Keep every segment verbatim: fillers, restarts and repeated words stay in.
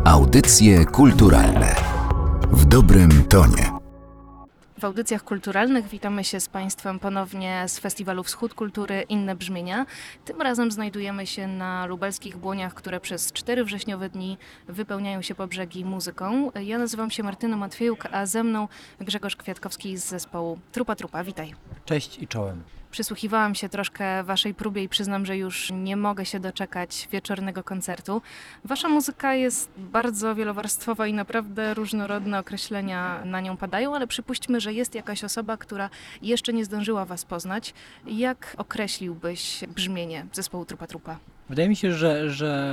Audycje kulturalne w dobrym tonie. W audycjach kulturalnych witamy się z Państwem ponownie z Festiwalu Wschód Kultury Inne Brzmienia. Tym razem znajdujemy się na lubelskich Błoniach, które przez cztery wrześniowe dni wypełniają się po brzegi muzyką. Ja nazywam się Martyna Matwiejuk, a ze mną Grzegorz Kwiatkowski z zespołu Trupa Trupa. Witaj. Cześć i czołem. Przysłuchiwałam się troszkę waszej próbie i przyznam, że już nie mogę się doczekać wieczornego koncertu. Wasza muzyka jest bardzo wielowarstwowa i naprawdę różnorodne określenia na nią padają, ale przypuśćmy, że jest jakaś osoba, która jeszcze nie zdążyła was poznać. Jak określiłbyś brzmienie zespołu Trupa Trupa? Wydaje mi się, że,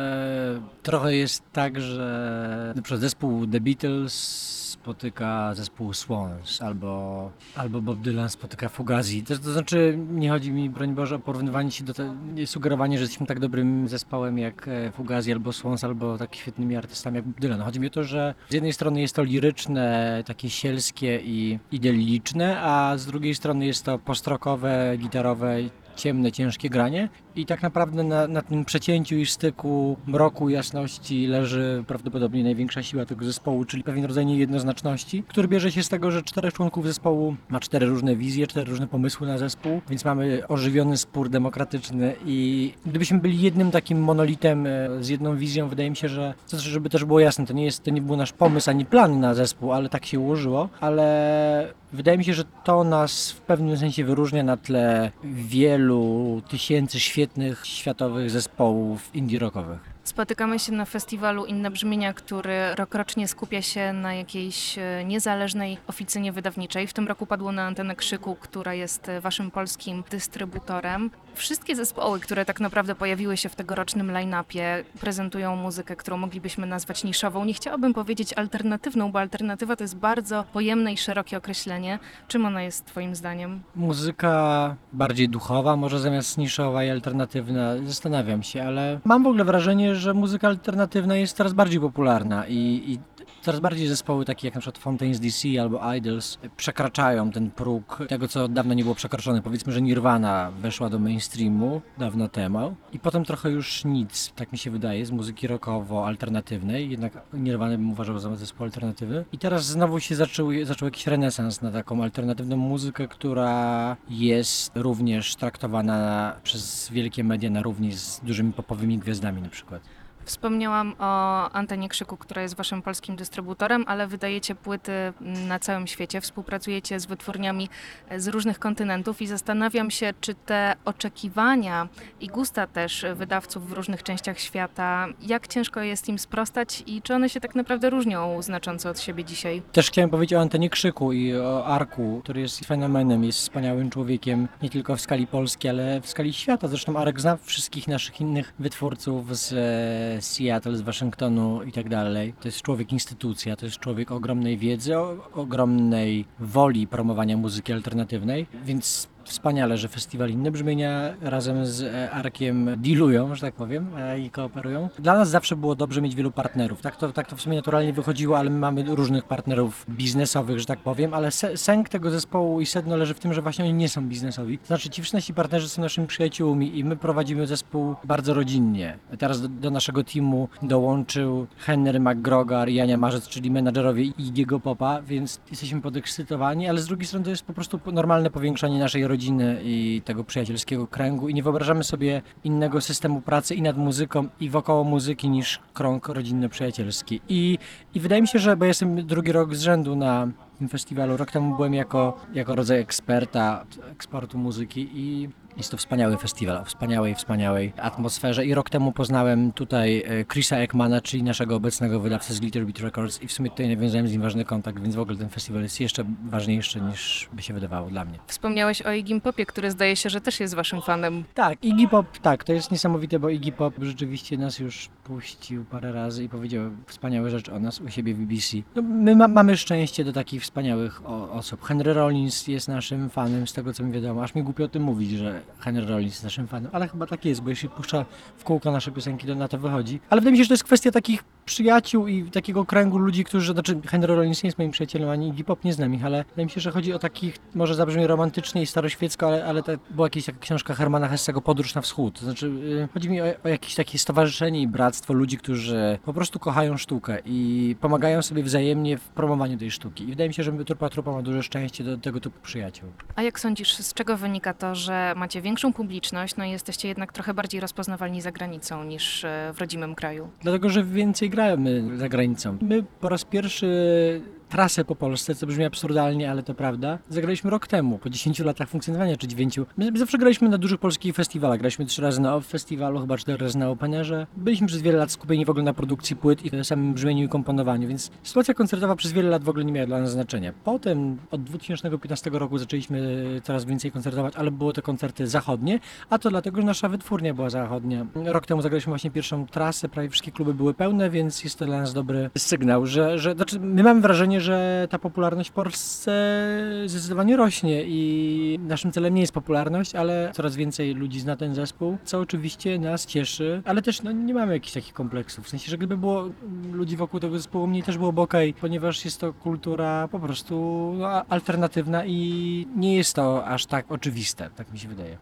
że trochę jest tak, że na przykład zespół The Beatles spotyka zespół Swans, albo, albo Bob Dylan spotyka Fugazi. To, to znaczy, nie chodzi mi, broń Boże, o porównywanie się do te, sugerowanie, że jesteśmy tak dobrym zespołem jak Fugazi, albo Swans, albo tak świetnymi artystami jak Bob Dylan. Chodzi mi o to, że z jednej strony jest to liryczne, takie sielskie i idylliczne, a z drugiej strony jest to postrokowe, gitarowe, ciemne, ciężkie granie i tak naprawdę na, na tym przecięciu i styku mroku, jasności leży prawdopodobnie największa siła tego zespołu, czyli pewien rodzaj niejednoznaczności, który bierze się z tego, że czterech członków zespołu ma cztery różne wizje, cztery różne pomysły na zespół, więc mamy ożywiony spór demokratyczny i gdybyśmy byli jednym takim monolitem z jedną wizją, wydaje mi się, że, to znaczy, żeby też było jasne, to nie jest, to nie był nasz pomysł ani plan na zespół, ale tak się ułożyło, ale wydaje mi się, że to nas w pewnym sensie wyróżnia na tle wielu tysięcy świetnych światowych zespołów indie rockowych. Spotykamy się na festiwalu Inne Brzmienia, który rokrocznie skupia się na jakiejś niezależnej oficynie wydawniczej. W tym roku padło na antenę Krzyku, która jest waszym polskim dystrybutorem. Wszystkie zespoły, które tak naprawdę pojawiły się w tegorocznym line-upie, prezentują muzykę, którą moglibyśmy nazwać niszową. Nie chciałabym powiedzieć alternatywną, bo alternatywa to jest bardzo pojemne i szerokie określenie. Czym ona jest twoim zdaniem? Muzyka bardziej duchowa, może zamiast niszowa i alternatywna. Zastanawiam się, ale mam w ogóle wrażenie, że muzyka alternatywna jest coraz bardziej popularna i, i coraz bardziej zespoły takie jak na przykład Fontaines D C albo Idols przekraczają ten próg tego, co dawno nie było przekroczone. Powiedzmy, że Nirvana weszła do mainstreamu dawno temu i potem trochę już nic, tak mi się wydaje, z muzyki rockowo-alternatywnej. Jednak Nirvana bym uważał za zespół alternatywny. I teraz znowu się zaczął, zaczął jakiś renesans na taką alternatywną muzykę, która jest również traktowana przez wielkie media na równi z dużymi popowymi gwiazdami na przykład. Wspomniałam o antenie Krzyku, która jest waszym polskim dystrybutorem, ale wydajecie płyty na całym świecie, współpracujecie z wytwórniami z różnych kontynentów i zastanawiam się, czy te oczekiwania i gusta też wydawców w różnych częściach świata, jak ciężko jest im sprostać i czy one się tak naprawdę różnią znacząco od siebie dzisiaj? Też chciałem powiedzieć o antenie Krzyku i o Arku, który jest fenomenem, jest wspaniałym człowiekiem, nie tylko w skali Polski, ale w skali świata. Zresztą Arek zna wszystkich naszych innych wytwórców z Seattle, z Waszyngtonu i tak dalej. To jest człowiek instytucja, to jest człowiek ogromnej wiedzy, o, ogromnej woli promowania muzyki alternatywnej, więc wspaniale, że festiwal Inne Brzmienia razem z Arkiem dealują, że tak powiem, i kooperują. Dla nas zawsze było dobrze mieć wielu partnerów. Tak to, tak to w sumie naturalnie wychodziło, ale my mamy różnych partnerów biznesowych, że tak powiem, ale sęk tego zespołu i sedno leży w tym, że właśnie oni nie są biznesowi. To znaczy ci wszyscy nasi partnerzy są naszymi przyjaciółmi i my prowadzimy zespół bardzo rodzinnie. Teraz do, do naszego teamu dołączył Henry McGrogar i Ania Marzec, czyli menadżerowie Iggy'ego Popa, więc jesteśmy podekscytowani, ale z drugiej strony to jest po prostu normalne powiększanie naszej rodziny rodziny i tego przyjacielskiego kręgu i nie wyobrażamy sobie innego systemu pracy i nad muzyką i wokoło muzyki niż krąg rodzinno-przyjacielski. I, i wydaje mi się, że, bo jestem drugi rok z rzędu na tym festiwalu, rok temu byłem jako, jako rodzaj eksperta eksportu muzyki i jest to wspaniały festiwal o wspaniałej, wspaniałej atmosferze i rok temu poznałem tutaj Chrisa Ekmana, czyli naszego obecnego wydawcę z Glitter Beat Records i w sumie tutaj nawiązałem z nim ważny kontakt, więc w ogóle ten festiwal jest jeszcze ważniejszy niż by się wydawało dla mnie. Wspomniałeś o Iggym Popie, który zdaje się, że też jest waszym fanem. Tak, Iggy Pop, tak, to jest niesamowite, bo Iggy Pop rzeczywiście nas już puścił parę razy i powiedział wspaniałe rzeczy o nas u siebie w B B C. No, my ma, mamy szczęście do takich wspaniałych o, osób. Henry Rollins jest naszym fanem, z tego co mi wiadomo, aż mi głupio o tym mówić, że Henry Rollins jest naszym fanem, ale chyba tak jest, bo jeśli puszcza w kółko nasze piosenki, to na to wychodzi. Ale wydaje mi się, że to jest kwestia takich przyjaciół i takiego kręgu ludzi, którzy, znaczy Henry Rollins nie jest moim przyjacielem, ani Iggy Pop nie znam ich, ale wydaje mi się, że chodzi o takich, może zabrzmi romantycznie i staroświecko, ale, ale to była jakaś taka książka Hermana Hessego Podróż na wschód. To znaczy yy, chodzi mi o, o jakieś takie stowarzyszenie i bractwo ludzi, którzy po prostu kochają sztukę i pomagają sobie wzajemnie w promowaniu tej sztuki. I wydaje mi się, że Trupa Trupa ma duże szczęście do tego typu przyjaciół. A jak sądzisz, z czego wynika to, że macie większą publiczność, no i jesteście jednak trochę bardziej rozpoznawalni za granicą niż e, w rodzimym kraju? Dlatego, że więcej gramy za granicą. My po raz pierwszy trasę po Polsce, co brzmi absurdalnie, ale to prawda, zagraliśmy rok temu, po dziesięciu latach funkcjonowania, czy dziewięciu. My zawsze graliśmy na dużych polskich festiwalach. Graliśmy trzy razy na O F Festiwalu, chyba cztery razy na Openerze. Byliśmy przez wiele lat skupieni w ogóle na produkcji płyt i samym brzmieniu i komponowaniu, więc sytuacja koncertowa przez wiele lat w ogóle nie miała dla nas znaczenia. Potem od dwa tysiące piętnastego roku zaczęliśmy coraz więcej koncertować, ale były to koncerty zachodnie, a to dlatego, że nasza wytwórnia była zachodnia. Rok temu zagraliśmy właśnie pierwszą trasę, prawie wszystkie kluby były pełne, więc jest to dla nas dobry sygnał, że, że znaczy my mamy wrażenie, że ta popularność w Polsce zdecydowanie rośnie i naszym celem nie jest popularność, ale coraz więcej ludzi zna ten zespół, co oczywiście nas cieszy, ale też no, nie mamy jakichś takich kompleksów. W sensie, że gdyby było ludzi wokół tego zespołu mniej, też byłoby okej, ponieważ jest to kultura po prostu no, alternatywna i nie jest to aż tak oczywiste, tak mi się wydaje.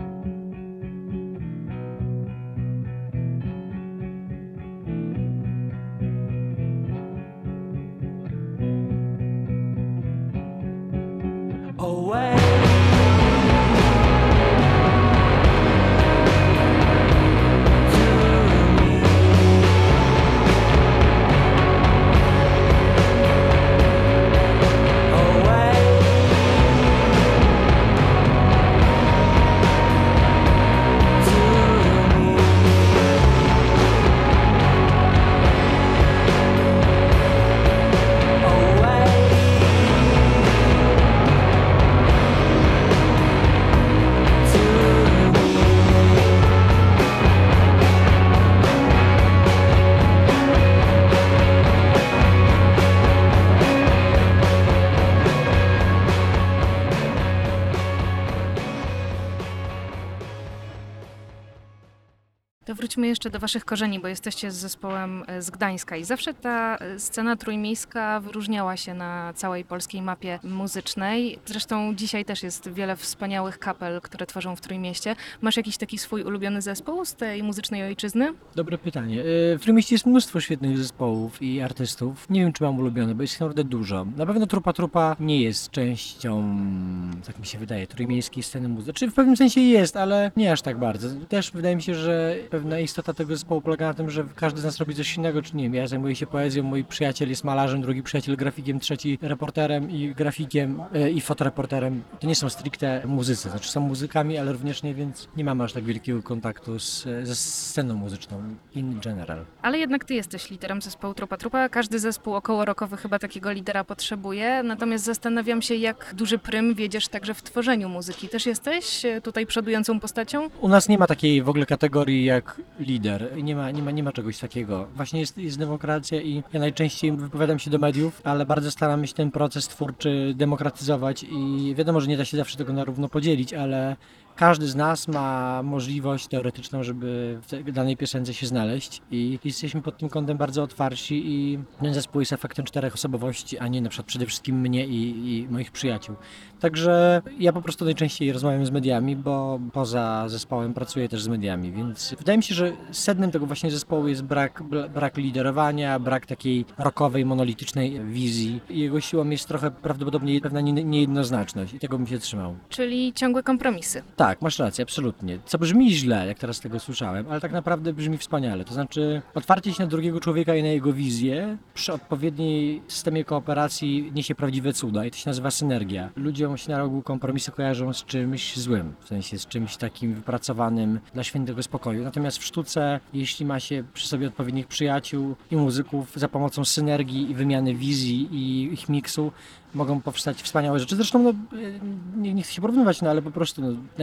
To wróćmy jeszcze do waszych korzeni, bo jesteście z zespołem z Gdańska i zawsze ta scena trójmiejska wyróżniała się na całej polskiej mapie muzycznej. Zresztą dzisiaj też jest wiele wspaniałych kapel, które tworzą w Trójmieście. Masz jakiś taki swój ulubiony zespół z tej muzycznej ojczyzny? Dobre pytanie. W Trójmieście jest mnóstwo świetnych zespołów i artystów. Nie wiem, czy mam ulubiony, bo jest ich naprawdę dużo. Na pewno Trupa Trupa nie jest częścią, tak mi się wydaje, trójmiejskiej sceny muzycznej. Czy w pewnym sensie jest, ale nie aż tak bardzo. Też wydaje mi się, że pewna istota tego zespołu polega na tym, że każdy z nas robi coś innego, czy nie wiem, ja zajmuję się poezją, mój przyjaciel jest malarzem, drugi przyjaciel grafikiem, trzeci reporterem i grafikiem e, i fotoreporterem. To nie są stricte muzycy, znaczy są muzykami, ale również nie, więc nie mamy aż tak wielkiego kontaktu z, ze sceną muzyczną in general. Ale jednak ty jesteś liderem zespołu Trupa Trupa, każdy zespół okołorokowy chyba takiego lidera potrzebuje, natomiast zastanawiam się, jak duży prym wiedziesz także w tworzeniu muzyki. Też jesteś tutaj przodującą postacią? U nas nie ma takiej w ogóle kategorii jak lider. Nie ma, nie ma, nie ma czegoś takiego. Właśnie jest, jest demokracja i ja najczęściej wypowiadam się do mediów, ale bardzo staramy się ten proces twórczy demokratyzować i wiadomo, że nie da się zawsze tego na równo podzielić, ale każdy z nas ma możliwość teoretyczną, żeby w tej danej piosence się znaleźć i jesteśmy pod tym kątem bardzo otwarci i ten zespół jest efektem czterech osobowości, a nie na przykład przede wszystkim mnie i, i moich przyjaciół. Także ja po prostu najczęściej rozmawiam z mediami, bo poza zespołem pracuję też z mediami, więc wydaje mi się, że sednem tego właśnie zespołu jest brak, brak liderowania, brak takiej rockowej, monolitycznej wizji. Jego siłą jest trochę prawdopodobnie pewna niejednoznaczność i tego bym się trzymał. Czyli ciągłe kompromisy. Tak, masz rację, absolutnie. Co brzmi źle, jak teraz tego słyszałem, ale tak naprawdę brzmi wspaniale. To znaczy otwarcie się na drugiego człowieka i na jego wizję przy odpowiedniej systemie kooperacji niesie prawdziwe cuda i to się nazywa synergia. Ludziom się na rogu kompromisy kojarzą z czymś złym, w sensie z czymś takim wypracowanym dla świętego spokoju. Natomiast w sztuce, jeśli ma się przy sobie odpowiednich przyjaciół i muzyków, za pomocą synergii i wymiany wizji i ich miksu mogą powstać wspaniałe rzeczy. Zresztą no, nie, nie chcę się porównywać, no ale po prostu no, naj,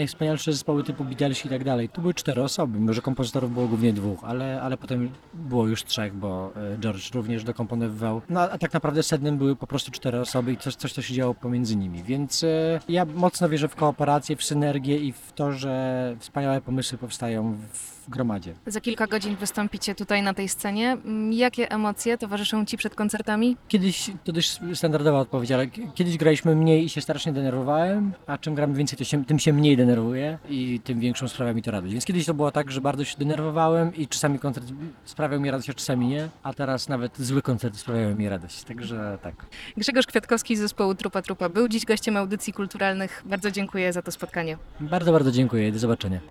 najwspanialsze zespoły typu Beatlesi i tak dalej, to były cztery osoby. Może kompozytorów było głównie dwóch, ale, ale potem było już trzech, bo e, George również dokomponowywał. No a tak naprawdę sednem były po prostu cztery osoby i coś, coś co się działo pomiędzy nimi. Więc e, ja mocno wierzę w kooperację, w synergię i w to, że wspaniałe pomysły powstają w gromadzie. Za kilka godzin wystąpicie tutaj na tej scenie. Mm, Jakie emocje towarzyszą Ci przed koncertami? Kiedyś, to dość standardowa odpowiedź, ale k- kiedyś graliśmy mniej i się strasznie denerwowałem, a czym gramy więcej, to się, tym się mniej denerwuję i tym większą sprawia mi to radość. Więc kiedyś to było tak, że bardzo się denerwowałem i czasami koncert sprawiał mi radość, a czasami nie, a teraz nawet zły koncert sprawiają mi radość, także tak. Grzegorz Kwiatkowski z zespołu Trupa Trupa był dziś gościem audycji kulturalnych. Bardzo dziękuję za to spotkanie. Bardzo, bardzo dziękuję i do zobaczenia.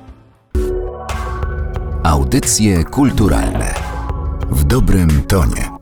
Audycje kulturalne w dobrym tonie.